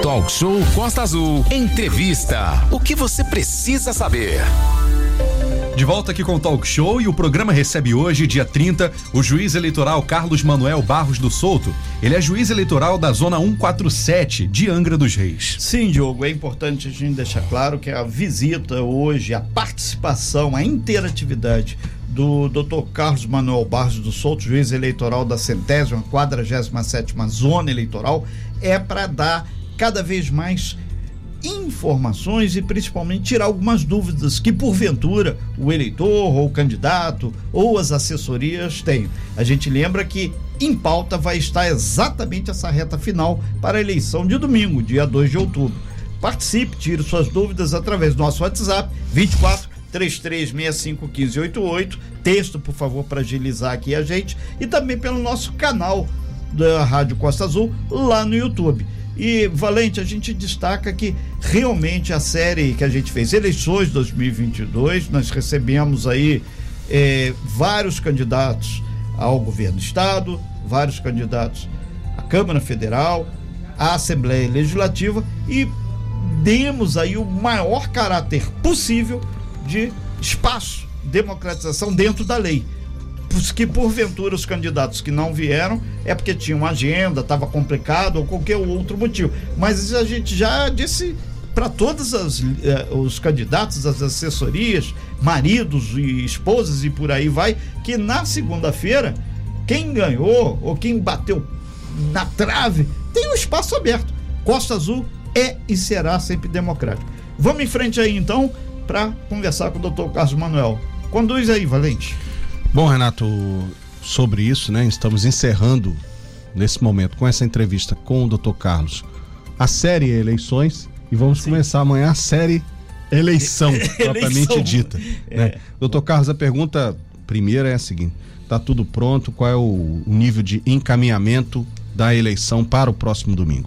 Talk Show Costa Azul. Entrevista. O que você precisa saber? De volta aqui com o Talk Show, e o programa recebe hoje, dia 30, o juiz eleitoral Carlos Manuel Barros do Souto. Ele é juiz eleitoral da Zona 147 de Angra dos Reis. Sim, Diogo, é importante a gente deixar claro que a visita hoje, a participação, a interatividade do Dr. Carlos Manuel Barros do Souto, juiz eleitoral da 147ª Zona Eleitoral, é para dar cada vez mais informações e principalmente tirar algumas dúvidas que porventura o eleitor ou o candidato ou as assessorias têm. A gente lembra que em pauta vai estar exatamente essa reta final para a eleição de domingo, dia 2 de outubro. Participe, tire suas dúvidas através do nosso WhatsApp 24-3365-1588, texto, por favor, para agilizar aqui a gente, e também pelo nosso canal da Rádio Costa Azul lá no YouTube. E, Valente, a gente destaca que realmente a série que a gente fez, Eleições 2022, nós recebemos aí vários candidatos ao governo do estado, vários candidatos à Câmara Federal, à Assembleia Legislativa, e demos aí o maior caráter possível de espaço, democratização dentro da lei. Que porventura os candidatos que não vieram é porque tinham agenda, estava complicado ou qualquer outro motivo. Mas a gente já disse para todos os candidatos, as assessorias, maridos e esposas e por aí vai, que na segunda-feira quem ganhou ou quem bateu na trave tem um espaço aberto. Costa Azul é e será sempre democrático. Vamos em frente aí então para conversar com o Dr. Carlos Manuel. Conduz aí, Valente. Bom, Renato, sobre isso, né? Estamos encerrando nesse momento com essa entrevista com o Dr. Carlos a série Eleições, e vamos começar amanhã a série Eleição, propriamente dita. Né? Dr. Carlos, a pergunta primeira é a seguinte: está tudo pronto? Qual é o nível de encaminhamento da eleição para o próximo domingo?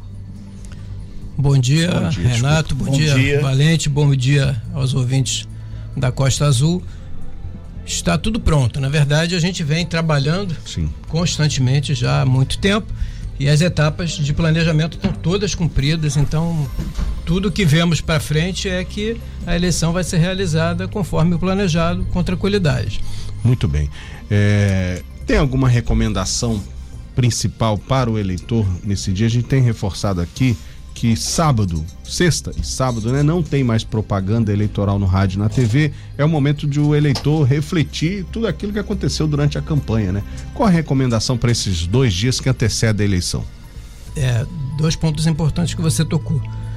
Bom dia, Renato, bom dia, Valente, bom dia aos ouvintes da Costa Azul. Está tudo pronto. Na verdade, a gente vem trabalhando constantemente já há muito tempo, e as etapas de planejamento estão todas cumpridas. Então, tudo que vemos para frente é que a eleição vai ser realizada conforme o planejado, com tranquilidade. Muito bem. Tem alguma recomendação principal para o eleitor nesse dia? A gente tem reforçado aqui que sexta e sábado, né, não tem mais propaganda eleitoral no rádio e na TV. É o momento de o eleitor refletir tudo aquilo que aconteceu durante a campanha, né? Qual a recomendação para esses 2 dias que antecedem a eleição? 2 pontos importantes que você tocou.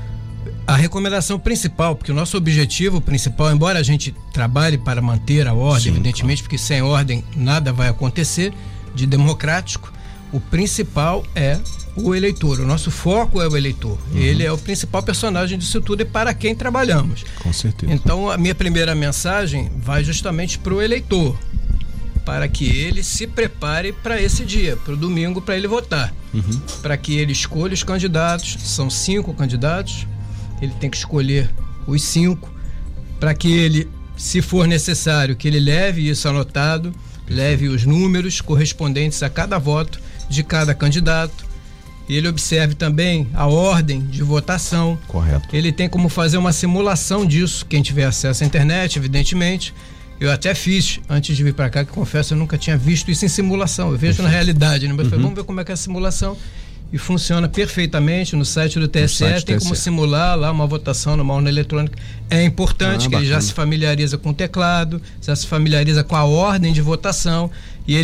A recomendação principal, porque o nosso objetivo principal, embora a gente trabalhe para manter a ordem, evidentemente, porque sem ordem nada vai acontecer, de democrático, o principal é o eleitor. O nosso foco é o eleitor. Ele é o principal personagem disso tudo e para quem trabalhamos. Com certeza. Então, a minha primeira mensagem vai justamente para o eleitor, para que ele se prepare para esse dia, para o domingo, para ele votar. Para que ele escolha os candidatos. São 5 candidatos. Ele tem que escolher os 5, para que ele, se for necessário, que ele leve isso anotado, leve os números correspondentes a cada voto de cada candidato. Ele observe também a ordem de votação. Correto. Ele tem como fazer uma simulação disso, quem tiver acesso à internet, evidentemente. Eu até fiz, antes de vir para cá, que confesso, eu nunca tinha visto isso em simulação. Eu vejo na realidade, né? Mas falei, vamos ver como é que é a simulação. E funciona perfeitamente no site do TSE. Tem como simular lá uma votação numa urna eletrônica. É importante que ele já se familiariza com o teclado, já se familiariza com a ordem de votação, e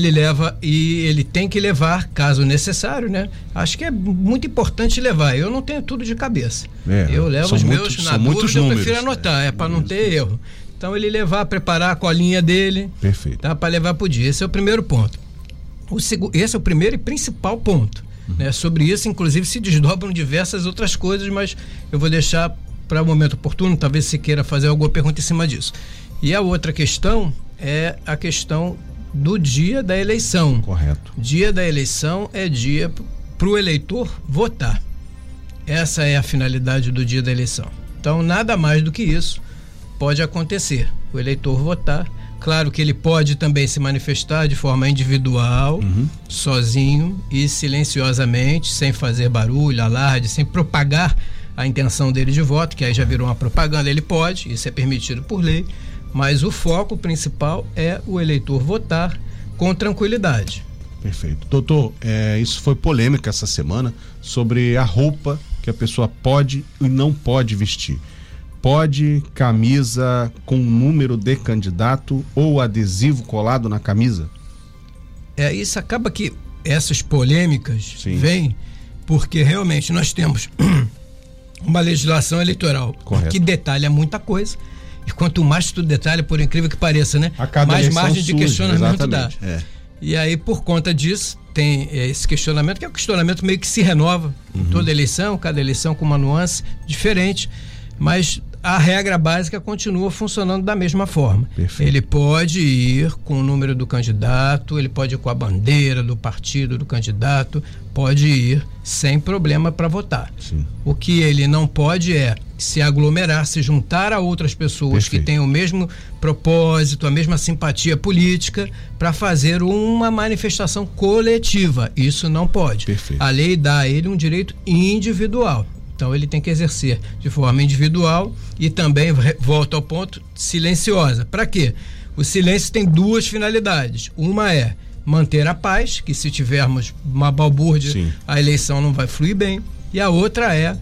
ele tem que levar, caso necessário, né? Acho que é muito importante levar. Eu não tenho tudo de cabeça. Eu levo os meus, na dúvida, eu prefiro anotar, para não ter erro. Então ele preparar a colinha dele, tá, para levar para o dia. Esse é o primeiro ponto. Esse é o primeiro e principal ponto. Né? Sobre isso, inclusive, se desdobram diversas outras coisas, mas eu vou deixar para o momento oportuno. Talvez você queira fazer alguma pergunta em cima disso. E a outra questão é a questão do dia da eleição. Correto. Dia da eleição é dia para o eleitor votar. Essa é a finalidade do dia da eleição. Então, nada mais do que isso pode acontecer. O eleitor votar. Claro que ele pode também se manifestar de forma individual, sozinho e silenciosamente, sem fazer barulho, alarde, sem propagar a intenção dele de voto, que aí já virou uma propaganda, ele pode, isso é permitido por lei, mas o foco principal é o eleitor votar com tranquilidade. Perfeito. Doutor, isso foi polêmica essa semana sobre a roupa que a pessoa pode e não pode vestir. Pode camisa com número de candidato ou adesivo colado na camisa? Isso acaba que essas polêmicas Sim. vêm porque realmente nós temos uma legislação eleitoral que detalha muita coisa. E quanto mais tu detalha, por incrível que pareça, né? Mais margem de questionamento dá. E aí, por conta disso, tem esse questionamento, que é um questionamento meio que se renova em toda eleição, cada eleição com uma nuance diferente, mas a regra básica continua funcionando da mesma forma. Perfeito. Ele pode ir com o número do candidato, ele pode ir com a bandeira do partido do candidato, pode ir sem problema para votar. Sim. O que ele não pode é se aglomerar, se juntar a outras pessoas que têm o mesmo propósito, a mesma simpatia política, para fazer uma manifestação coletiva. Isso não pode. Perfeito. A lei dá a ele um direito individual. Então ele tem que exercer de forma individual e também, volta ao ponto, silenciosa. Para quê? O silêncio tem duas finalidades. Uma é manter a paz, que se tivermos uma balbúrdia, Sim. a eleição não vai fluir bem. E a outra é,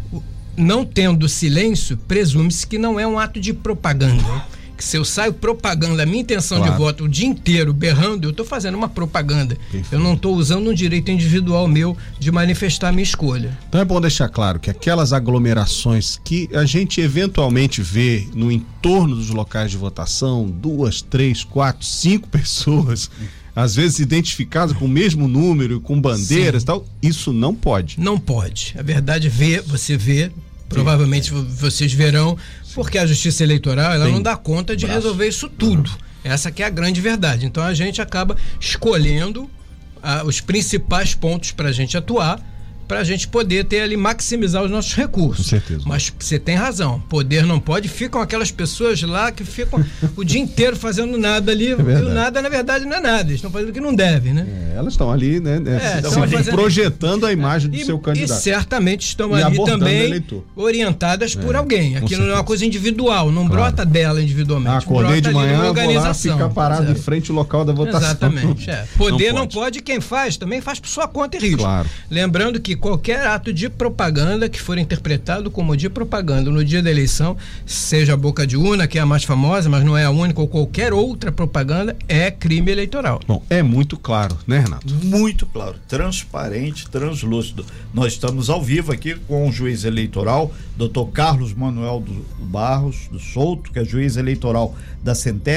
não tendo silêncio, presume-se que não é um ato de propaganda. Que se eu saio propagando a minha intenção de voto o dia inteiro, berrando, eu estou fazendo uma propaganda. Perfeito. Eu não estou usando um direito individual meu de manifestar a minha escolha. Então é bom deixar claro que aquelas aglomerações que a gente eventualmente vê no entorno dos locais de votação, 2, 3, 4, 5 pessoas, às vezes identificadas com o mesmo número, com bandeiras e tal, isso não pode. Não pode. A verdade, você vê, provavelmente vocês verão, porque a Justiça Eleitoral ela não dá conta de resolver isso tudo. Essa que é a grande verdade. Então a gente acaba escolhendo os principais pontos para a gente atuar, para a gente poder ter ali, maximizar os nossos recursos. Com certeza. Mas você tem razão, poder não pode, ficam aquelas pessoas lá que ficam o dia inteiro fazendo nada ali, e o nada na verdade não é nada, eles estão fazendo o que não devem, né? Elas estão ali, né? Projetando a imagem do seu candidato. E certamente estão ali também orientadas por alguém. Aquilo não é uma coisa individual, não brota dela individualmente. Acordei de manhã, vou lá ficar parado em frente ao local da votação. Exatamente. Poder não pode, quem faz também faz por sua conta e risco. Claro. Lembrando que qualquer ato de propaganda que for interpretado como de propaganda no dia da eleição, seja a boca de urna, que é a mais famosa, mas não é a única, ou qualquer outra propaganda, é crime eleitoral. Bom, é muito claro, né, Renato? Muito claro, transparente, translúcido. Nós estamos ao vivo aqui com o juiz eleitoral, Dr. Carlos Manuel Barros do Souto, que é juiz eleitoral da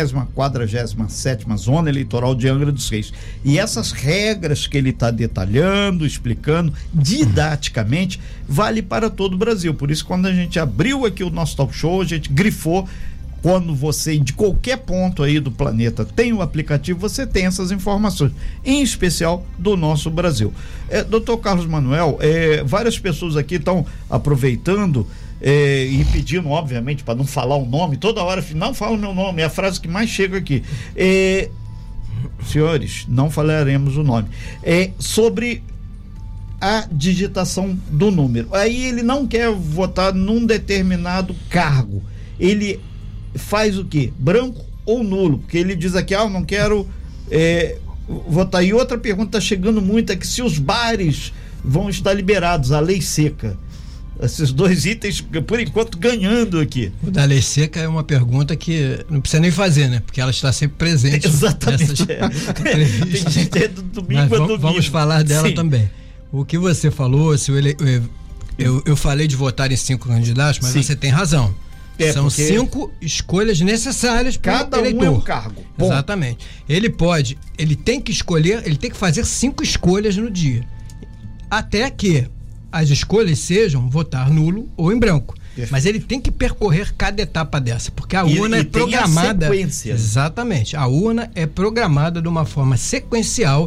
147ª Zona Eleitoral de Angra dos Reis. E essas regras que ele está detalhando, explicando didaticamente, vale para todo o Brasil. Por isso, quando a gente abriu aqui o nosso talk show, a gente grifou: quando você, de qualquer ponto aí do planeta, tem o aplicativo, você tem essas informações, em especial do nosso Brasil. Doutor Carlos Manuel, várias pessoas aqui estão aproveitando e pedindo, obviamente, para não falar o nome, toda hora, não fala o meu nome, é a frase que mais chega aqui. Senhores, não falaremos o nome. Sobre a digitação do número. Aí ele não quer votar num determinado cargo. Ele faz o quê? Branco ou nulo? Porque ele diz aqui, eu não quero votar. E outra pergunta está chegando muito, é que se os bares vão estar liberados, a lei seca. Esses dois itens, por enquanto, ganhando aqui. O da lei seca é uma pergunta que não precisa nem fazer, né? Porque ela está sempre presente. Exatamente. Tem que ter do domingo a domingo. Vamos falar dela também. O que você falou, eu falei de votar em 5 candidatos, mas você tem razão. São 5 escolhas necessárias para o eleitor. Cada um é um cargo. Exatamente. Ele tem que escolher, ele tem que fazer 5 escolhas no dia. Até que as escolhas sejam votar nulo ou em branco. Perfeito. Mas ele tem que percorrer cada etapa dessa, porque a urna é programada. Tem a sequência. Exatamente. A urna é programada de uma forma sequencial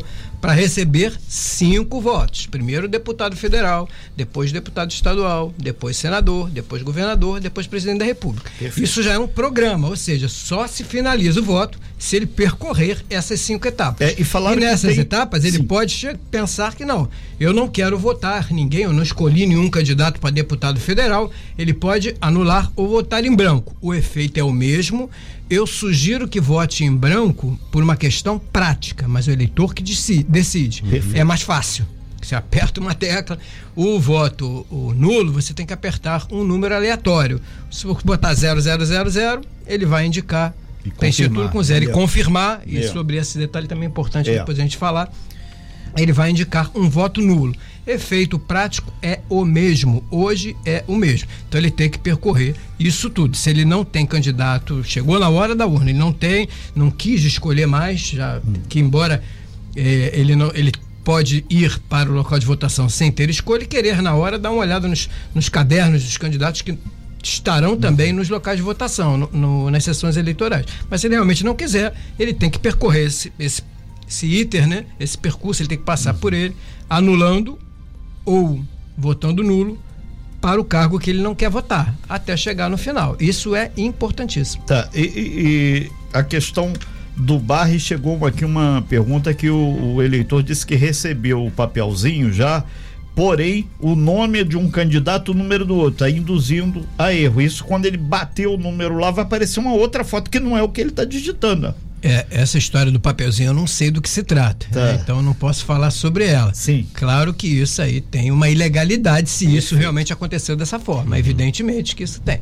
para receber 5 votos. Primeiro deputado federal, depois deputado estadual, depois senador, depois governador, depois presidente da República. Perfeito. Isso já é um programa, ou seja, só se finaliza o voto se ele percorrer essas 5 etapas. E nessas etapas ele pode pensar que não, eu não quero votar ninguém, eu não escolhi nenhum candidato para deputado federal, ele pode anular ou votar em branco. O efeito é o mesmo. Eu sugiro que vote em branco por uma questão prática, mas o eleitor que decide. É mais fácil. Você aperta uma tecla, o voto nulo, você tem que apertar um número aleatório. Se você botar 0000, ele vai indicar preencher tudo com 0 e confirmar, e sobre esse detalhe também é importante depois a gente falar, ele vai indicar um voto nulo. Efeito prático é o mesmo, hoje é o mesmo. Então ele tem que percorrer isso tudo. Se ele não tem candidato, chegou na hora da urna, ele não quis escolher mais, já que embora ele pode ir para o local de votação sem ter escolha e querer na hora dar uma olhada nos cadernos dos candidatos que estarão também nos locais de votação, nas sessões eleitorais. Mas se ele realmente não quiser, ele tem que percorrer esse iter, né? Esse percurso, ele tem que passar por ele, anulando ou votando nulo para o cargo que ele não quer votar, até chegar no final. Isso é importantíssimo. Tá, e a questão do Barre, chegou aqui uma pergunta que o eleitor disse que recebeu o papelzinho já, porém o nome é de um candidato, o número do outro, tá induzindo a erro. Isso, quando ele bater o número lá, vai aparecer uma outra foto que não é o que ele está digitando. Essa história do papelzinho eu não sei do que se trata, né? Então eu não posso falar sobre ela. Sim. Claro que isso aí tem uma ilegalidade se isso realmente aconteceu dessa forma, evidentemente que isso tem.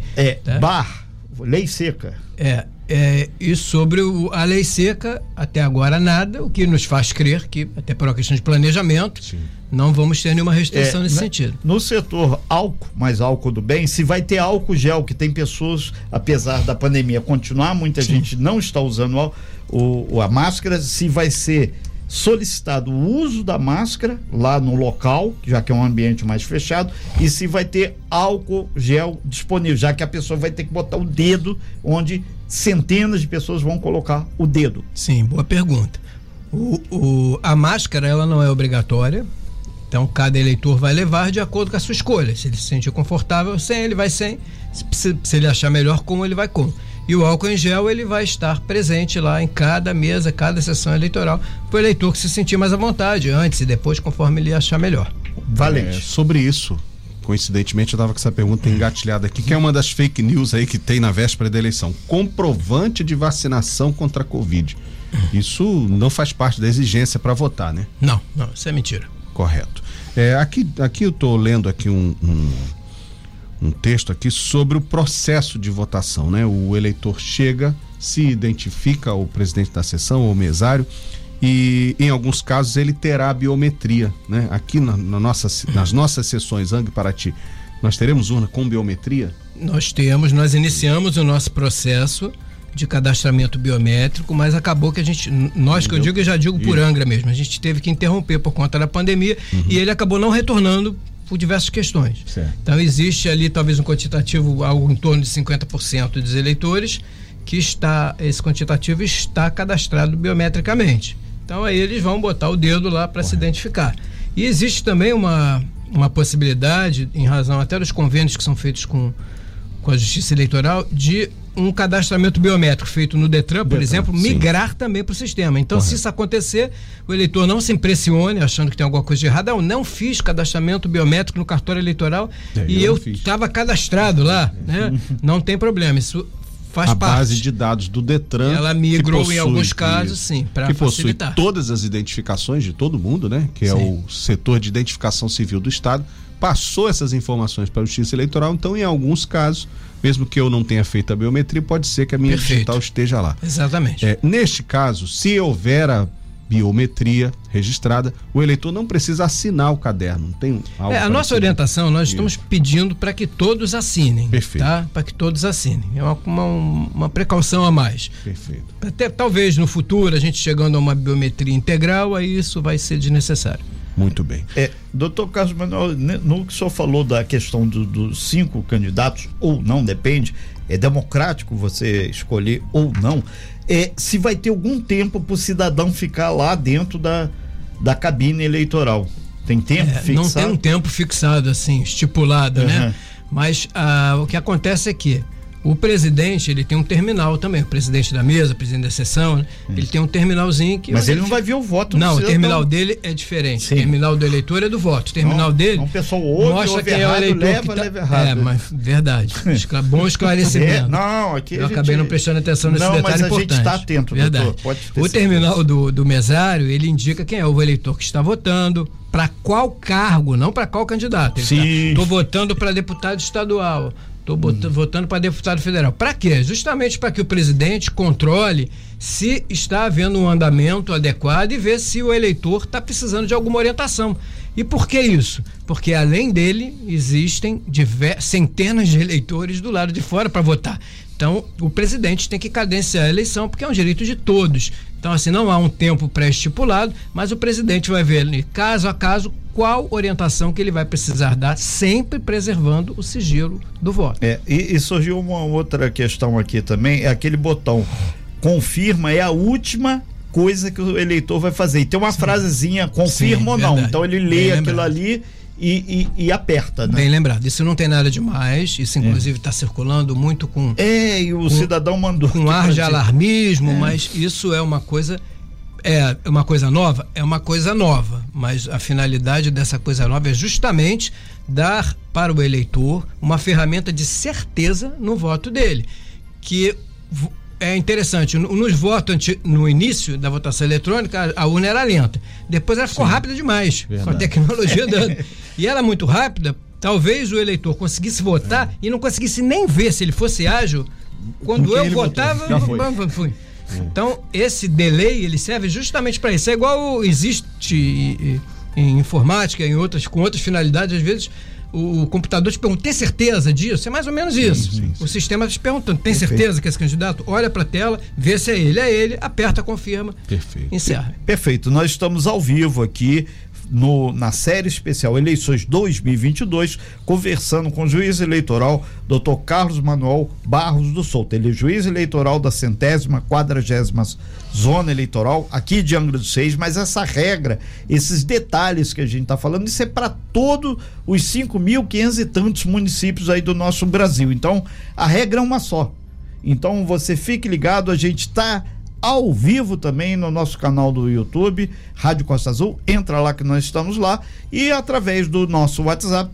Lei seca. E sobre a lei seca, até agora nada, o que nos faz crer que, até por uma questão de planejamento, não vamos ter nenhuma restrição nesse sentido. No setor álcool do bem, se vai ter álcool gel, que tem pessoas, apesar da pandemia continuar, muita gente não está usando a máscara, se vai ser solicitado o uso da máscara lá no local, já que é um ambiente mais fechado, e se vai ter álcool gel disponível, já que a pessoa vai ter que botar o dedo onde centenas de pessoas vão colocar o dedo. Sim, boa pergunta. A máscara, ela não é obrigatória, então cada eleitor vai levar de acordo com a sua escolha. Se ele se sentir confortável sem, ele vai sem, se ele achar melhor com, ele vai com. E o álcool em gel, ele vai estar presente lá em cada mesa, cada sessão eleitoral, para o eleitor que se sentir mais à vontade, antes e depois, conforme ele achar melhor. Valente. Sobre isso, coincidentemente, eu estava com essa pergunta engatilhada aqui, que é uma das fake news aí que tem na véspera da eleição. Comprovante de vacinação contra a Covid. Isso não faz parte da exigência para votar, né? Não, isso é mentira. Correto. Aqui eu estou lendo aqui um texto aqui sobre o processo de votação, né? O eleitor chega, se identifica o presidente da sessão ou o mesário, e em alguns casos ele terá a biometria, né? Aqui nas nossas sessões ANG Paraty, nós teremos urna com biometria? Nós iniciamos o nosso processo de cadastramento biométrico, mas acabou que eu já digo por Angra mesmo, a gente teve que interromper por conta da pandemia, e ele acabou não retornando por diversas questões. Certo. Então existe ali talvez um quantitativo, algo em torno de 50% dos eleitores, que esse quantitativo está cadastrado biometricamente. Então aí eles vão botar o dedo lá para se identificar. E existe também uma possibilidade, em razão até dos convênios que são feitos com a Justiça Eleitoral, de um cadastramento biométrico feito no Detran, por exemplo, migrar também para o sistema. Então, se isso acontecer, o eleitor não se impressione achando que tem alguma coisa de errada. Eu não fiz cadastramento biométrico no cartório eleitoral e eu estava cadastrado lá, né? Não tem problema, isso faz parte. A base de dados do Detran, ela migrou em alguns casos, sim, para facilitar. Que possui todas as identificações de todo mundo, né? Que é o setor de identificação civil do Estado, passou essas informações para a Justiça Eleitoral. Então, em alguns casos, mesmo que eu não tenha feito a biometria, pode ser que a minha digital esteja lá. Exatamente. Neste caso, se houver a biometria registrada, o eleitor não precisa assinar o caderno. Não tem algo a nossa orientação, nós estamos pedindo para que todos assinem. Perfeito. Tá? Para que todos assinem. É uma precaução a mais. Perfeito. Até talvez no futuro, a gente chegando a uma biometria integral, aí isso vai ser desnecessário. Muito bem. Doutor Carlos Manuel, no que o senhor falou da questão dos 5 candidatos, ou não, depende, é democrático você escolher ou não, se vai ter algum tempo para o cidadão ficar lá dentro da cabine eleitoral. Tem tempo fixado? Não tem um tempo fixado, assim, estipulado, né? Mas o que acontece é que o presidente, ele tem um terminal também, o presidente da mesa, o presidente da sessão, né? Ele tem um terminalzinho que... Mas ele não vai ver o voto. Não, o terminal dele é diferente. Sim. O terminal do eleitor é do voto. O terminal dele... Então o pessoal ouve quem errado, é o eleitor leva errado. mas verdade. Bom esclarecimento. Não, aqui eu acabei não prestando atenção nesse detalhe importante. Mas a gente está atento, verdade. Doutor, pode ter o terminal do mesário, ele indica quem é o eleitor que está votando, para qual cargo, não para qual candidato. Estou votando para deputado estadual. Estou votando para deputado federal. Para quê? Justamente para que o presidente controle se está havendo um andamento adequado e ver se o eleitor está precisando de alguma orientação. E por que isso? Porque além dele existem centenas de eleitores do lado de fora para votar. Então o presidente tem que cadenciar a eleição porque é um direito de todos. Então assim, não há um tempo pré-estipulado, mas o presidente vai ver caso a caso qual orientação que ele vai precisar dar, sempre preservando o sigilo do voto. E surgiu uma outra questão aqui também, é aquele botão confirma, é a última coisa que o eleitor vai fazer. E tem uma frasezinha, confirma ou não. Então ele lê aquilo ali e aperta, né? Bem lembrado, isso não tem nada demais, isso inclusive está circulando muito com... e o cidadão mandou... Com ar de alarmismo, mas isso é uma coisa... É uma coisa nova? É uma coisa nova, mas a finalidade dessa coisa nova é justamente dar para o eleitor uma ferramenta de certeza no voto dele, que é interessante, nos votos no início da votação eletrônica a urna era lenta, depois ela ficou rápida demais, com a tecnologia dando, e ela muito rápida, talvez o eleitor conseguisse votar e não conseguisse nem ver se ele fosse ágil, quando eu votava, fui. Então, esse delay, ele serve justamente para isso. É igual existe em informática, com outras finalidades, às vezes o computador te pergunta, tem certeza disso? É mais ou menos isso. Sim. O sistema te perguntando, tem certeza que esse candidato? Olha para a tela, vê se é ele, aperta, confirma, encerra. Perfeito, nós estamos ao vivo aqui na série especial Eleições 2022, conversando com o juiz eleitoral Dr. Carlos Manuel Barros do Souto. Ele é juiz eleitoral da 140ª Zona Eleitoral aqui de Angra dos Reis, mas essa regra, esses detalhes que a gente está falando, isso é para todos os 5.500 e tantos municípios aí do nosso Brasil. Então, a regra é uma só. Então, você fique ligado, a gente está ao vivo também no nosso canal do YouTube, Rádio Costa Azul, entra lá que nós estamos lá, e através do nosso WhatsApp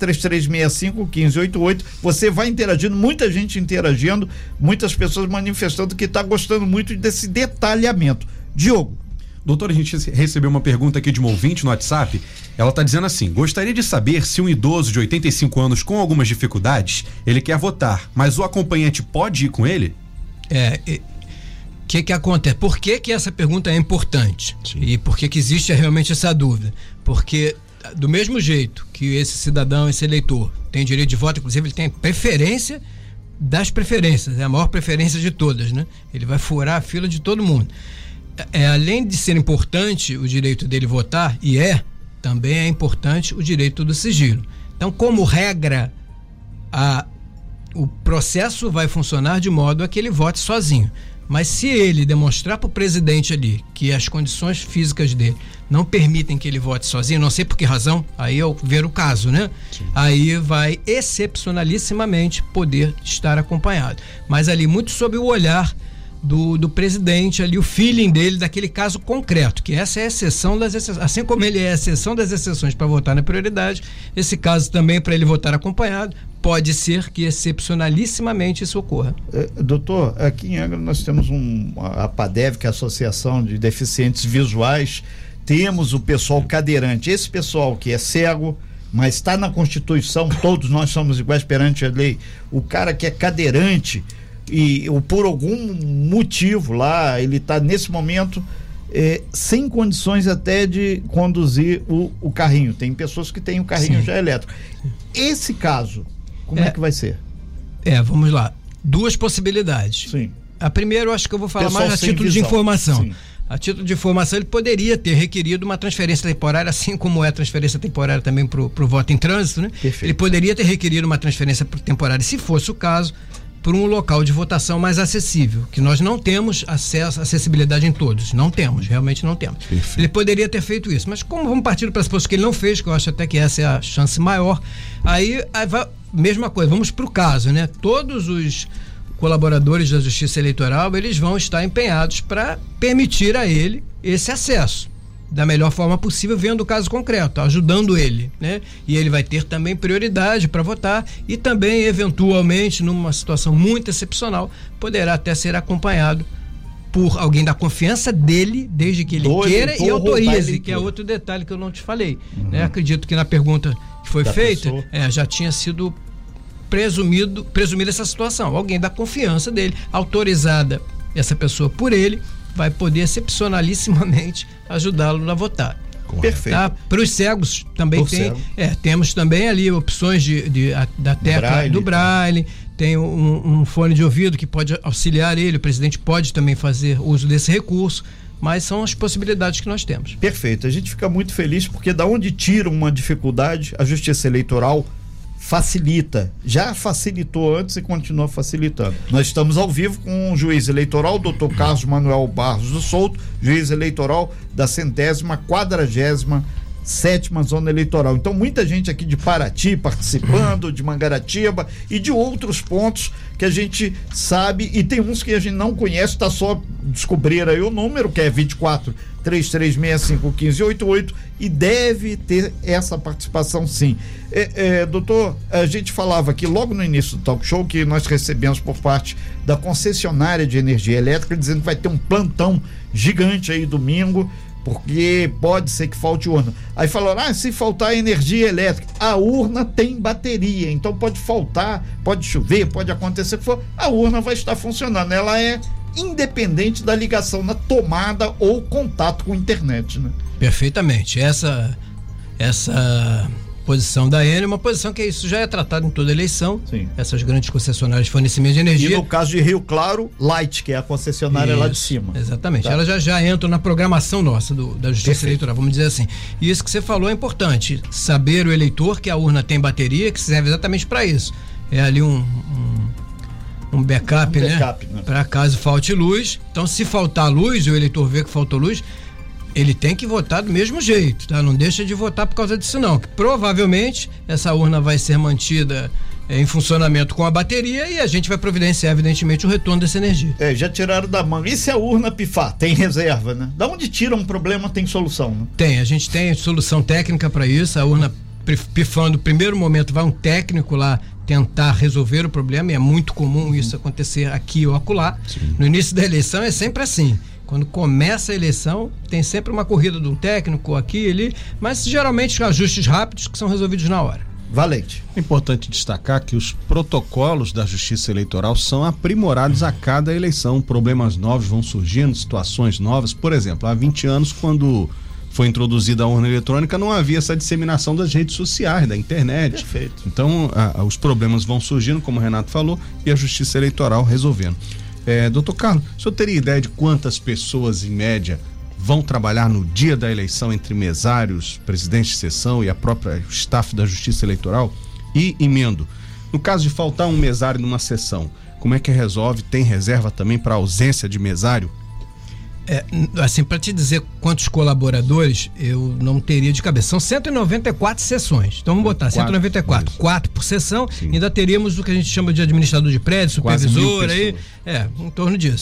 3365-1588, você vai interagindo, muita gente interagindo, muitas pessoas manifestando que está gostando muito desse detalhamento. Diogo. Doutor, a gente recebeu uma pergunta aqui de uma ouvinte no WhatsApp, ela está dizendo assim, gostaria de saber se um idoso de 85 anos com algumas dificuldades, ele quer votar, mas o acompanhante pode ir com ele? O que acontece? Por que essa pergunta é importante? Sim. E por que existe realmente essa dúvida? Porque do mesmo jeito que esse cidadão, esse eleitor tem direito de voto, inclusive ele tem preferência das preferências, é a maior preferência de todas, né? Ele vai furar a fila de todo mundo. Além de ser importante o direito dele votar, também é importante o direito do sigilo. Então, como regra, o processo vai funcionar de modo a que ele vote sozinho. Mas se ele demonstrar para o presidente ali que as condições físicas dele não permitem que ele vote sozinho, não sei por que razão, aí é ver o caso, né? Sim. Aí vai excepcionalissimamente poder estar acompanhado. Mas ali muito sob o olhar do presidente ali, o feeling dele daquele caso concreto, que essa é a exceção das exceções, assim como ele é a exceção das exceções para votar na prioridade, esse caso também para ele votar acompanhado, pode ser que excepcionalissimamente isso ocorra. Doutor, aqui em Angra nós temos a APADEV, que é a Associação de Deficientes Visuais, temos o pessoal cadeirante, esse pessoal que é cego, mas está na Constituição, todos nós somos iguais perante a lei, o cara que é cadeirante ou por algum motivo lá, ele está nesse momento sem condições até de conduzir o carrinho, tem pessoas que têm o carrinho já elétrico. Esse caso, como é que vai ser? Vamos lá, duas possibilidades. Sim. A primeira eu acho que eu vou falar mais a título de informação. Sim. A título de informação, ele poderia ter requerido uma transferência temporária, assim como é a transferência temporária também pro voto em trânsito, né? Perfeito. Ele poderia ter requerido uma transferência temporária, se fosse o caso, por um local de votação mais acessível, que nós não temos acessibilidade em todos, realmente não temos. Perfeito. Ele poderia ter feito isso, mas como vamos partir do pressuposto que ele não fez, que eu acho até que essa é a chance maior, aí vai, mesma coisa, vamos para o caso, né? Todos os colaboradores da Justiça Eleitoral, eles vão estar empenhados para permitir a ele esse acesso da melhor forma possível, vendo o caso concreto, ajudando ele, né? E ele vai ter também prioridade para votar e também, eventualmente, numa situação muito excepcional, poderá até ser acompanhado por alguém da confiança dele, desde que ele queira e autorize, que é outro detalhe que eu não te falei. Né? Acredito que na pergunta que foi feita, já tinha sido presumida essa situação. Alguém da confiança dele, autorizada essa pessoa por ele, vai poder excepcionalissimamente ajudá-lo a votar. Perfeito. Tá? Para os cegos também temos também ali opções da tecla do Braille, tem um fone de ouvido que pode auxiliar ele, o presidente pode também fazer uso desse recurso, mas são as possibilidades que nós temos. Perfeito, a gente fica muito feliz porque da onde tira uma dificuldade, a Justiça Eleitoral facilita, já facilitou antes e continua facilitando. Nós estamos ao vivo com o juiz eleitoral, Dr. Carlos Manuel Barros do Souto, juiz eleitoral da 147ª Zona Eleitoral. Então, muita gente aqui de Paraty participando, de Mangaratiba e de outros pontos que a gente sabe, e tem uns que a gente não conhece, tá só descobrir aí o número, que é 24-3365-1588, e deve ter essa participação sim. Doutor, a gente falava aqui logo no início do talk show que nós recebemos por parte da concessionária de energia elétrica dizendo que vai ter um plantão gigante aí domingo, porque pode ser que falte urna. Aí falaram, se faltar energia elétrica, a urna tem bateria, então pode faltar, pode chover, pode acontecer o que for, a urna vai estar funcionando, ela é independente da ligação na tomada ou contato com a internet, né? Perfeitamente, essa posição da Enel é uma posição que isso já é tratado em toda eleição. Sim. Essas grandes concessionárias de fornecimento de energia. E no caso de Rio Claro, Light, que é a concessionária lá de cima. Exatamente. Tá. Ela já entra na programação nossa da Justiça Eleitoral, vamos dizer assim. E isso que você falou é importante. Saber o eleitor que a urna tem bateria, que serve exatamente para isso. É ali um backup, né? Para caso falte luz. Então, se faltar luz, o eleitor vê que faltou luz, ele tem que votar do mesmo jeito, tá? Não deixa de votar por causa disso não, que provavelmente essa urna vai ser mantida em funcionamento com a bateria e a gente vai providenciar evidentemente o retorno dessa energia. Já tiraram da mão. E se a urna pifar? Tem reserva, né? Da onde tira um problema tem solução, né? Tem, a gente tem solução técnica para isso. A urna pifando, no primeiro momento vai um técnico lá tentar resolver o problema, e é muito comum isso acontecer aqui ou acolá. Sim. No início da eleição é sempre assim. Quando começa a eleição, tem sempre uma corrida de um técnico aqui e ali, mas geralmente ajustes rápidos que são resolvidos na hora. Valente. É importante destacar que os protocolos da Justiça Eleitoral são aprimorados a cada eleição. Problemas novos vão surgindo, situações novas. Por exemplo, há 20 anos, quando foi introduzida a urna eletrônica, não havia essa disseminação das redes sociais, da internet. Perfeito. Então, os problemas vão surgindo, como o Renato falou, e a Justiça Eleitoral resolvendo. Doutor Carlos, o senhor teria ideia de quantas pessoas, em média, vão trabalhar no dia da eleição entre mesários, presidente de sessão e a própria staff da Justiça Eleitoral? E emendo, no caso de faltar um mesário numa sessão, como é que resolve? Tem reserva também para ausência de mesário? Assim, para te dizer quantos colaboradores, eu não teria de cabeça. São 194 sessões. Então vamos botar 194. 4 por sessão. Sim. Ainda teríamos o que a gente chama de administrador de prédio, supervisor, aí. Em torno disso.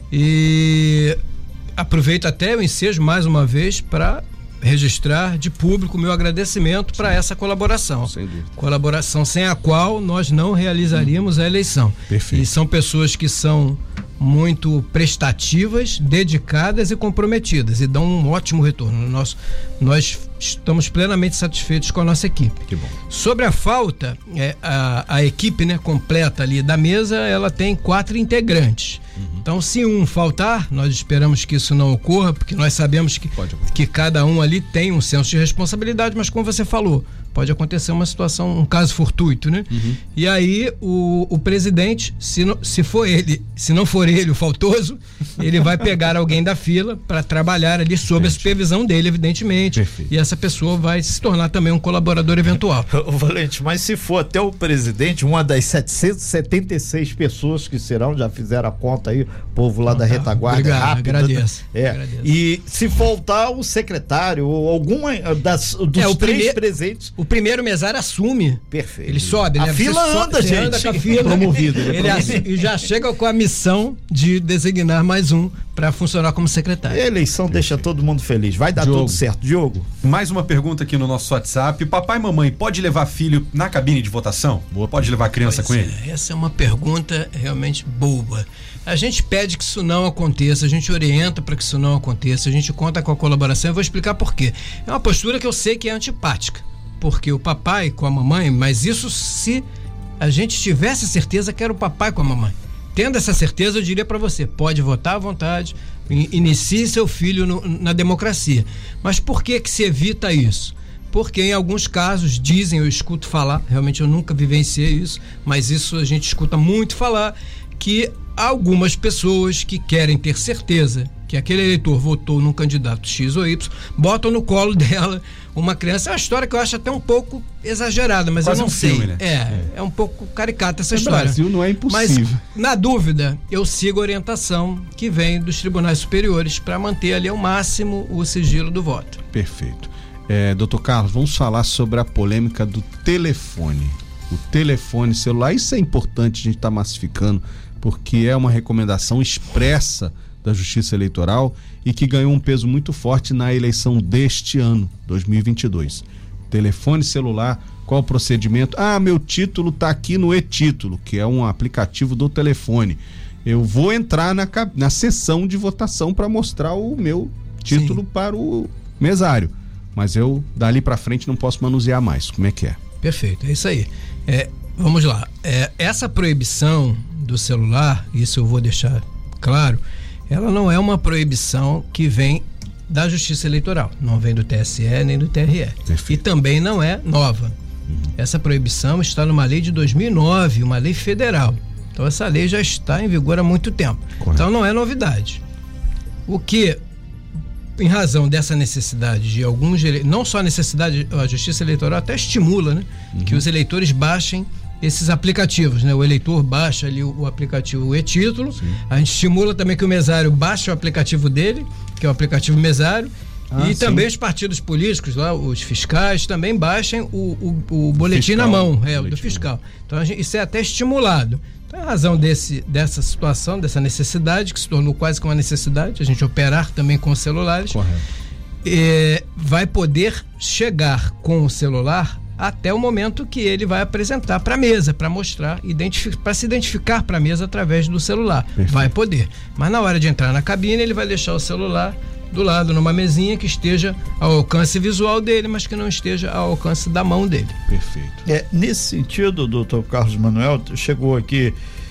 E aproveito até o ensejo mais uma vez para registrar de público o meu agradecimento para essa colaboração. Sem dúvida. Colaboração sem a qual nós não realizaríamos a eleição. Perfeito. E são pessoas que são muito prestativas, dedicadas e comprometidas e dão um ótimo retorno. Nós estamos plenamente satisfeitos com a nossa equipe. Que bom. Sobre a falta, a equipe, né, completa ali da mesa, ela tem 4 integrantes. Então, se um faltar, nós esperamos que isso não ocorra, porque nós sabemos que cada um ali tem um senso de responsabilidade, mas como você falou, Pode acontecer uma situação, um caso fortuito, né? E aí o presidente, se não for ele o faltoso, ele vai pegar alguém da fila para trabalhar ali sob a supervisão dele, evidentemente. Perfeito. E essa pessoa vai se tornar também um colaborador eventual. Valente, mas se for até o presidente, uma das 776 pessoas que serão, já fizeram a conta aí, o povo lá da retaguarda. Obrigado, rápida, agradeço. E se faltar o secretário ou alguma dos três presentes. O primeiro mesário assume. Perfeito. Ele sobe, né? A fila anda, você gente. anda com a fila. Promovido. E já chega com a missão de designar mais um para funcionar como secretário. A eleição deixa todo mundo feliz. Vai dar Diogo. tudo certo. Diogo. Mais uma pergunta aqui no nosso WhatsApp. Papai e mamãe pode levar filho na cabine de votação? Pode levar criança com ele? Essa é uma pergunta realmente boa. A gente pede que isso não aconteça, a gente orienta para que isso não aconteça, a gente conta com a colaboração. Eu vou explicar por quê. É uma postura que eu sei que é antipática, porque o papai com a mamãe, mas isso se a gente tivesse certeza que era o papai com a mamãe. Tendo essa certeza, eu diria para você, pode votar à vontade, inicie seu filho na democracia. Mas por que se evita isso? Porque em alguns casos dizem, eu escuto falar, realmente eu nunca vivenciei isso, mas isso a gente escuta muito falar, que algumas pessoas que querem ter certeza que aquele eleitor votou num candidato X ou Y, botam no colo dela uma criança. É uma história que eu acho até um pouco exagerada, mas quase eu não um sei. Filme, né? É um pouco caricata essa No história. Brasil não é impossível. Mas, na dúvida, eu sigo a orientação que vem dos tribunais superiores para manter ali ao máximo o sigilo do voto. Perfeito. Doutor Carlos, vamos falar sobre a polêmica do telefone. O telefone celular, isso é importante a gente estar massificando, porque é uma recomendação expressa da Justiça Eleitoral e que ganhou um peso muito forte na eleição deste ano, 2022. Telefone celular, qual o procedimento? Meu título está aqui no e-título, que é um aplicativo do telefone. Eu vou entrar na sessão de votação para mostrar o meu título para o mesário, mas eu dali para frente não posso manusear mais. Como é que é? Perfeito, é isso aí. Vamos lá. Essa proibição do celular, isso eu vou deixar claro, ela não é uma proibição que vem da Justiça Eleitoral, não vem do TSE nem do TRE. Perfeito. E também não é nova. Essa proibição está numa lei de 2009, uma lei federal. Então essa lei já está em vigor há muito tempo. Correto. Então não é novidade. O que, em razão dessa necessidade de alguns, não só a necessidade, a Justiça Eleitoral até estimula, né, que os eleitores baixem esses aplicativos, né? O eleitor baixa ali o aplicativo e-título. A gente estimula também que o mesário baixe o aplicativo dele, que é o aplicativo mesário, e também os partidos políticos lá, os fiscais, também baixem o boletim fiscal, na mão, boletim do fiscal. Então isso é até estimulado. Então, em razão dessa situação, dessa necessidade, que se tornou quase que uma necessidade, a gente operar também com os celulares, vai poder chegar com o celular até o momento que ele vai apresentar para a mesa, para mostrar, para se identificar para a mesa através do celular. Perfeito. Vai poder. Mas na hora de entrar na cabine, ele vai deixar o celular do lado, numa mesinha que esteja ao alcance visual dele, mas que não esteja ao alcance da mão dele. Perfeito. Nesse sentido, doutor Carlos Manuel, chegou aqui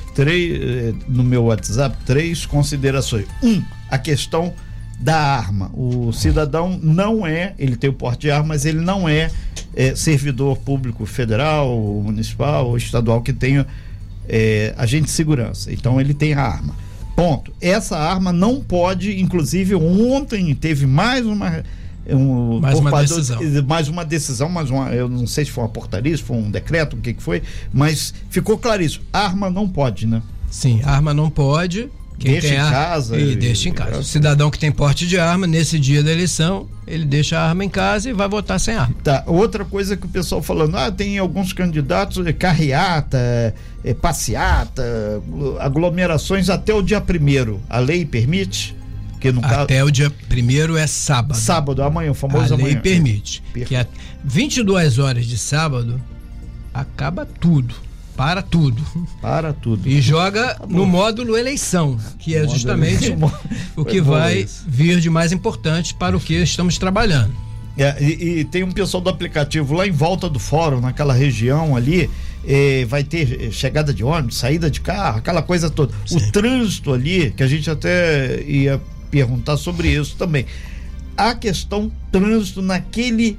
no meu WhatsApp 3 considerações. A questão da arma. O cidadão ele tem o porte de arma, mas ele não é servidor público federal, municipal ou estadual que tenha agente de segurança. Então ele tem a arma. Ponto. Essa arma não pode, inclusive ontem teve mais uma decisão, eu não sei se foi uma portaria, se foi um decreto, o que foi, mas ficou claríssimo. Arma não pode, né? Sim, arma não pode. Deixa em casa. Deixa em casa. O cidadão que tem porte de arma, nesse dia da eleição, ele deixa a arma em casa e vai votar sem arma. Tá. Outra coisa que o pessoal falando, tem alguns candidatos, carreata, passeata, aglomerações até o dia 1º. A lei permite? Até o dia 1º é sábado. Sábado, amanhã, o famoso amanhã. A lei permite. Que a 22 horas de sábado acaba tudo. Para tudo. E joga no módulo eleição, que é justamente o que vai vir de mais importante para o que estamos trabalhando. E tem um pessoal do aplicativo lá em volta do fórum, naquela região ali, vai ter chegada de ônibus, saída de carro, aquela coisa toda. Sim. O trânsito ali, que a gente até ia perguntar sobre isso também. A questão trânsito naquele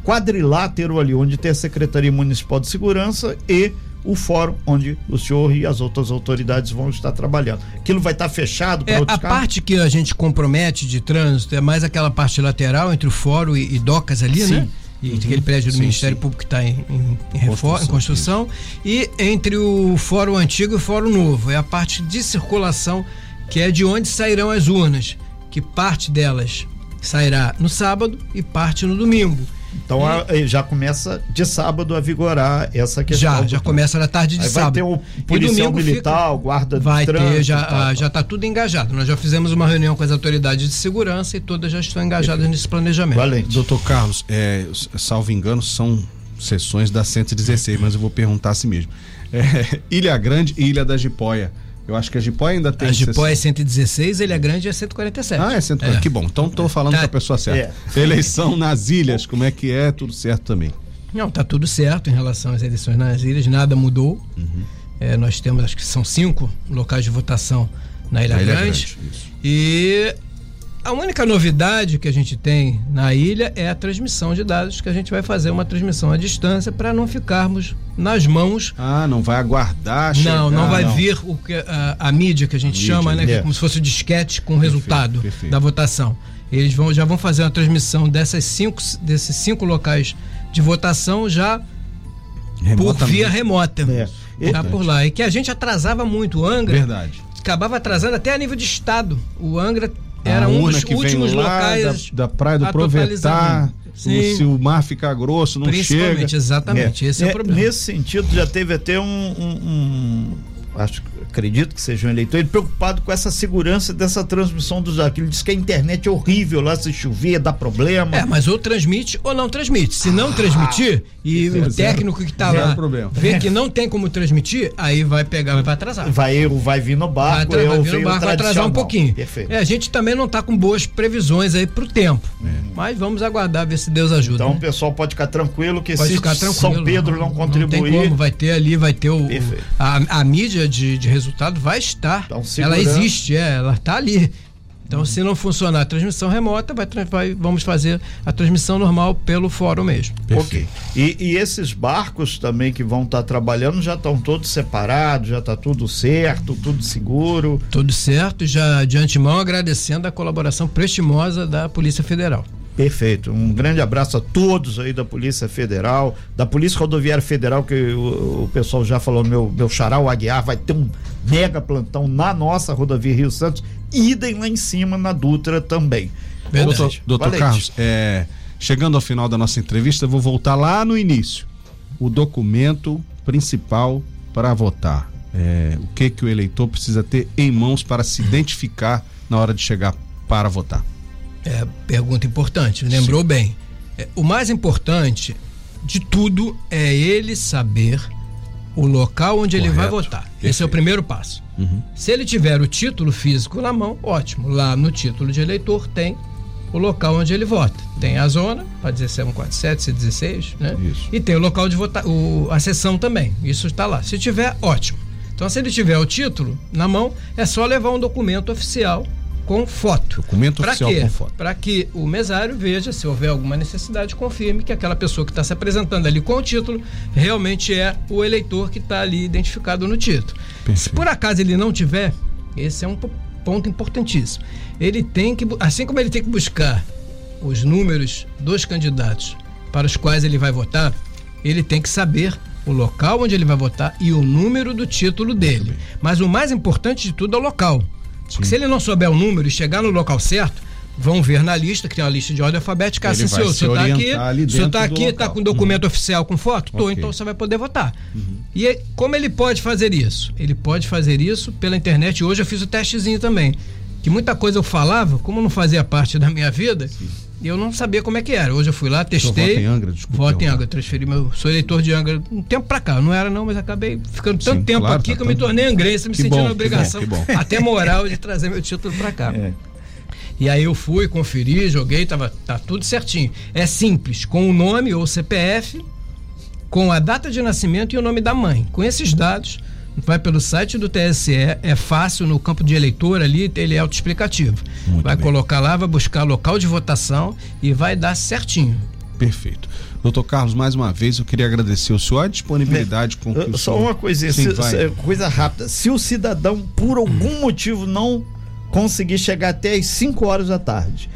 quadrilátero ali, onde tem a Secretaria Municipal de Segurança e o fórum onde o senhor e as outras autoridades vão estar trabalhando. Aquilo vai estar fechado para outros carros? A parte que a gente compromete de trânsito é mais aquela parte lateral entre o fórum e docas ali, Sim. né? E aquele prédio do Ministério Público que está em construção, e entre o fórum antigo e o fórum novo. É a parte de circulação, que é de onde sairão as urnas, que parte delas sairá no sábado e parte no domingo. Então já começa de sábado a vigorar essa questão. Já começa na tarde de aí sábado. Vai ter o policial militar, o guarda vai de trânsito. Já está tudo engajado. Nós já fizemos uma reunião com as autoridades de segurança e todas já estão engajadas nesse planejamento. Valente. Doutor Carlos, salvo engano, são sessões da 116, mas eu vou perguntar a si mesmo. Ilha Grande e Ilha da Jipoia. Eu acho que a Jipoia ainda tem... A Jipoia é 116, Ilha Grande é 147. É 147. Que bom. Então estou falando com a pessoa certa. Eleição nas ilhas, como é que é? Tudo certo também? Não, tá tudo certo em relação às eleições nas ilhas, nada mudou. Nós temos, acho que são 5 locais de votação na Ilha Grande. E a única novidade que a gente tem na ilha é a transmissão de dados, que a gente vai fazer uma transmissão à distância para não ficarmos nas mãos. Não vai aguardar chegar. Não vai vir a mídia que a gente chama, né? Como se fosse o disquete com o resultado da votação. Eles já vão fazer uma transmissão desses 5 locais de votação já por via remota. Já por lá. E que a gente atrasava muito. O Angra acabava atrasando até a nível de estado. O Angra era um dos últimos locais da Praia do Provetá. Se o mar ficar grosso, não chega. Exatamente, esse é o problema. Nesse sentido, já teve até acredito que seja um eleitor, ele preocupado com essa segurança dessa transmissão dos dados. Ele diz que a internet é horrível lá, se chover, dá problema. Mas ou transmite ou não transmite. Se não transmitir e o técnico que está lá vê que não tem como transmitir, aí vai atrasar. Vai vir no barco, vai atrasar um pouquinho. A gente também não está com boas previsões aí pro tempo. Mas vamos aguardar, ver se Deus ajuda. Então o pessoal pode ficar tranquilo que se São Pedro não contribuir. Não tem como, vai ter a mídia de resultado vai estar. Então, ela existe, ela está ali. Então, se não funcionar a transmissão remota, vamos fazer a transmissão normal pelo fórum mesmo. Ok. E esses barcos também que vão estar trabalhando já estão todos separados, já está tudo certo, tudo seguro? Tudo certo, já de antemão agradecendo a colaboração prestimosa da Polícia Federal. Perfeito, um grande abraço a todos aí da Polícia Federal, da Polícia Rodoviária Federal, que o pessoal já falou, meu xará, o Aguiar, vai ter um mega plantão na nossa rodovia Rio Santos, idem lá em cima na Dutra também. Doutor Carlos, chegando ao final da nossa entrevista, eu vou voltar lá no início. O documento principal para votar. O que o eleitor precisa ter em mãos para se identificar na hora de chegar para votar? Pergunta importante, lembrou bem. O mais importante de tudo é ele saber o local onde ele vai votar. Perfeito. Esse é o primeiro passo. Se ele tiver o título físico na mão, ótimo. Lá no título de eleitor tem o local onde ele vota. Tem a zona, pode dizer se é 147, se é 16, né? Isso. E tem o local de votar, a seção também. Isso está lá. Se tiver, ótimo. Então, se ele tiver o título na mão, é só levar um documento oficial com foto. Documento oficial com foto. Para que o mesário veja, se houver alguma necessidade, confirme que aquela pessoa que está se apresentando ali com o título realmente é o eleitor que está ali identificado no título. Perfeito. Se por acaso ele não tiver, esse é um ponto importantíssimo. Ele tem que, assim como ele tem que buscar os números dos candidatos para os quais ele vai votar, ele tem que saber o local onde ele vai votar e o número do título dele. Mas o mais importante de tudo é o local. Porque se ele não souber o número e chegar no local certo, vão ver na lista, que tem uma lista de ordem alfabética, assim, senhor, o senhor está aqui, está com documento oficial com foto? Então você vai poder votar. E como ele pode fazer isso? Ele pode fazer isso pela internet. Hoje eu fiz o testezinho também, que muita coisa eu falava, como não fazia parte da minha vida, eu não sabia como é que era. Hoje eu fui lá, testei. Voto em Angra, desculpa. Voto em Angra, transferi sou eleitor de Angra um tempo pra cá, não era não, mas acabei ficando tanto tempo aqui que eu me tornei angrense, me sentindo na obrigação, até moral, de trazer meu título pra cá. E aí eu fui, conferi, joguei, tá tudo certinho. É simples, com o nome ou CPF, com a data de nascimento e o nome da mãe. Com esses dados, vai pelo site do TSE, é fácil, no campo de eleitor ali, ele é autoexplicativo. Vai colocar lá, vai buscar local de votação e vai dar certinho. Perfeito. Doutor Carlos, mais uma vez eu queria agradecer o senhor a disponibilidade com que o Só senhor... uma coisinha, coisa rápida. Se o cidadão, por algum motivo, não conseguir chegar até as 5 horas da tarde,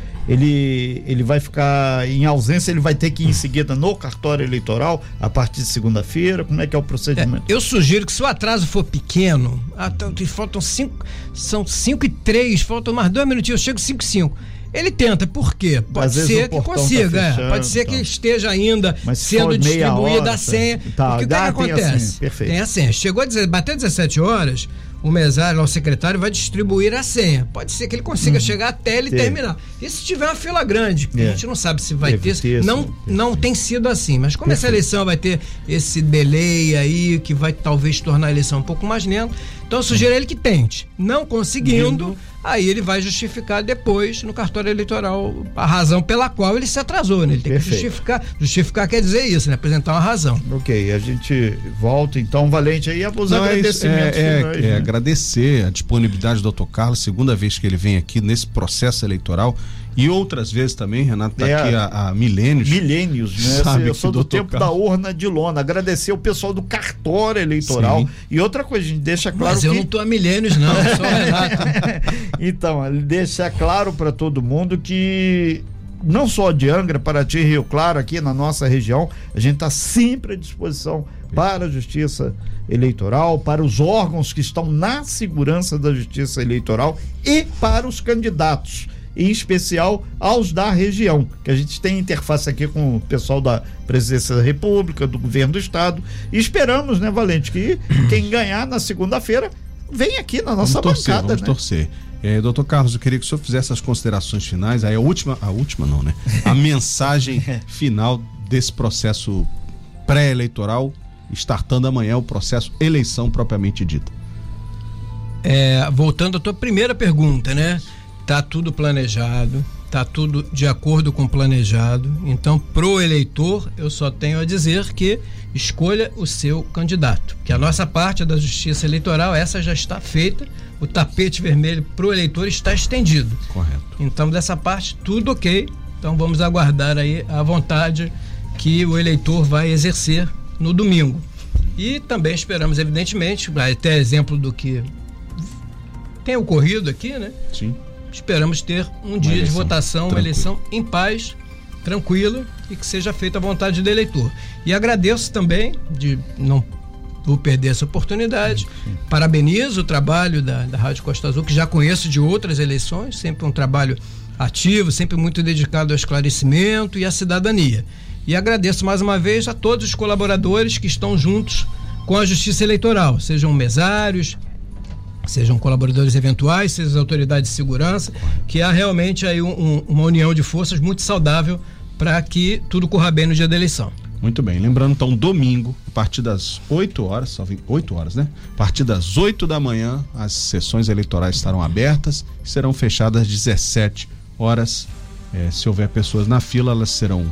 ele vai ficar em ausência, ele vai ter que ir em seguida no cartório eleitoral a partir de segunda-feira. Como é que é o procedimento? Eu sugiro que se o atraso for pequeno, faltam 5, são 5:03, faltam mais 2 minutinhos, eu chego 5:05. Ele tenta, por quê? Pode ser que consiga, pode ser que esteja ainda sendo distribuída a senha. Porque o que acontece? Tem a senha. Chegou bateu 17 horas, o mesário, o secretário, vai distribuir a senha. Pode ser que ele consiga chegar até ele terminar. E se tiver uma fila grande, a gente não sabe se vai ter. Não tem sido assim, mas como essa eleição vai ter esse delay aí, que vai talvez tornar a eleição um pouco mais lenta, então eu sugiro a ele que tente. Não conseguindo, aí ele vai justificar depois no cartório eleitoral a razão pela qual ele se atrasou, né? Ele tem que justificar quer dizer isso, né? Apresentar uma razão. Ok, a gente volta então, Valente, aí os agradecimentos finais, né? Agradecer a disponibilidade do Dr. Carlos, segunda vez que ele vem aqui nesse processo eleitoral, e outras vezes também, Renato, tá aqui há milênios. Milênios, né? Eu sou do tempo da urna de lona. Agradecer o pessoal do cartório eleitoral. Sim. E outra coisa, a gente deixa claro Mas eu não tô há milênios, não, sou o Renato. Então, ele deixa claro para todo mundo que não só de Angra, Paraty e Rio Claro, aqui na nossa região, a gente está sempre à disposição para a Justiça Eleitoral, para os órgãos que estão na segurança da Justiça Eleitoral e para os candidatos, em especial aos da região, que a gente tem interface aqui com o pessoal da Presidência da República, do Governo do Estado, e esperamos, né, Valente, que quem ganhar na segunda-feira vem aqui na nossa bancada. Vamos torcer. Doutor Carlos, eu queria que o senhor fizesse as considerações finais, aí a última não, né? A mensagem final desse processo pré-eleitoral, startando amanhã o processo eleição propriamente dita. Voltando à tua primeira pergunta, né? Tá tudo planejado, tá tudo de acordo com o planejado. Então, pro eleitor, eu só tenho a dizer que escolha o seu candidato. Que a nossa parte da Justiça Eleitoral, essa já está feita. O tapete vermelho pro eleitor está estendido. Correto. Então, dessa parte, tudo ok. Então, vamos aguardar aí a vontade que o eleitor vai exercer no domingo. E também esperamos, evidentemente, até exemplo do que tem ocorrido aqui, né? Sim. Esperamos ter um dia de votação, uma eleição em paz, tranquila, e que seja feita à vontade do eleitor. E agradeço também, não vou perder essa oportunidade, parabenizo o trabalho da Rádio Costa Azul, que já conheço de outras eleições, sempre um trabalho ativo, sempre muito dedicado ao esclarecimento e à cidadania. E agradeço mais uma vez a todos os colaboradores que estão juntos com a Justiça Eleitoral, sejam mesários, sejam colaboradores eventuais, sejam as autoridades de segurança, que há realmente aí uma união de forças muito saudável para que tudo corra bem no dia da eleição. Muito bem, lembrando então, domingo, a partir das 8 horas, 8 horas, né? A partir das 8 da manhã, as sessões eleitorais estarão abertas e serão fechadas às 17 horas. Se houver pessoas na fila, elas será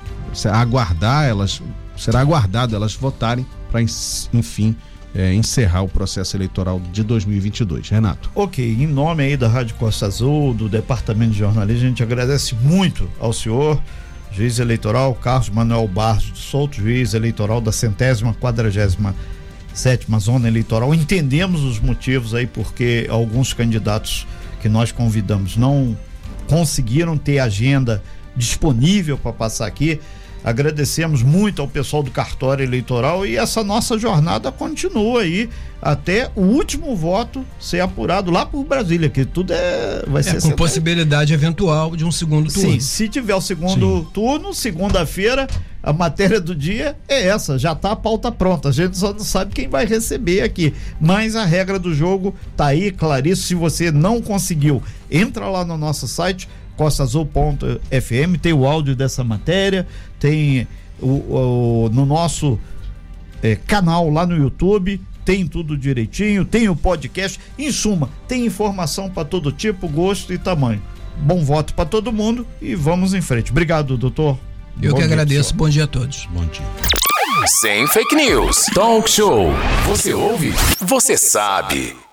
aguardado elas votarem para, enfim, encerrar o processo eleitoral de 2022. Renato. Ok, em nome aí da Rádio Costa Azul, do Departamento de Jornalismo, a gente agradece muito ao senhor, juiz eleitoral Carlos Manuel Barros de Souto, juiz eleitoral da 147ª Zona Eleitoral. Entendemos os motivos aí porque alguns candidatos que nós convidamos não conseguiram ter agenda disponível para passar aqui. Agradecemos muito ao pessoal do cartório eleitoral e essa nossa jornada continua aí até o último voto ser apurado lá por Brasília, que tudo vai ser com possibilidade eventual de um segundo turno. Sim, se tiver o segundo turno, segunda-feira, a matéria do dia é essa, já tá a pauta pronta, a gente só não sabe quem vai receber aqui, mas a regra do jogo tá aí, claríssimo. Se você não conseguiu, entra lá no nosso site costaazul.fm, tem o áudio dessa matéria, tem no nosso canal lá no YouTube, tem tudo direitinho, tem o podcast, em suma, tem informação para todo tipo, gosto e tamanho. Bom voto para todo mundo e vamos em frente. Obrigado, doutor. Eu que agradeço, bom dia a todos. Bom dia. Sem fake news, talk show. Você ouve? Você sabe.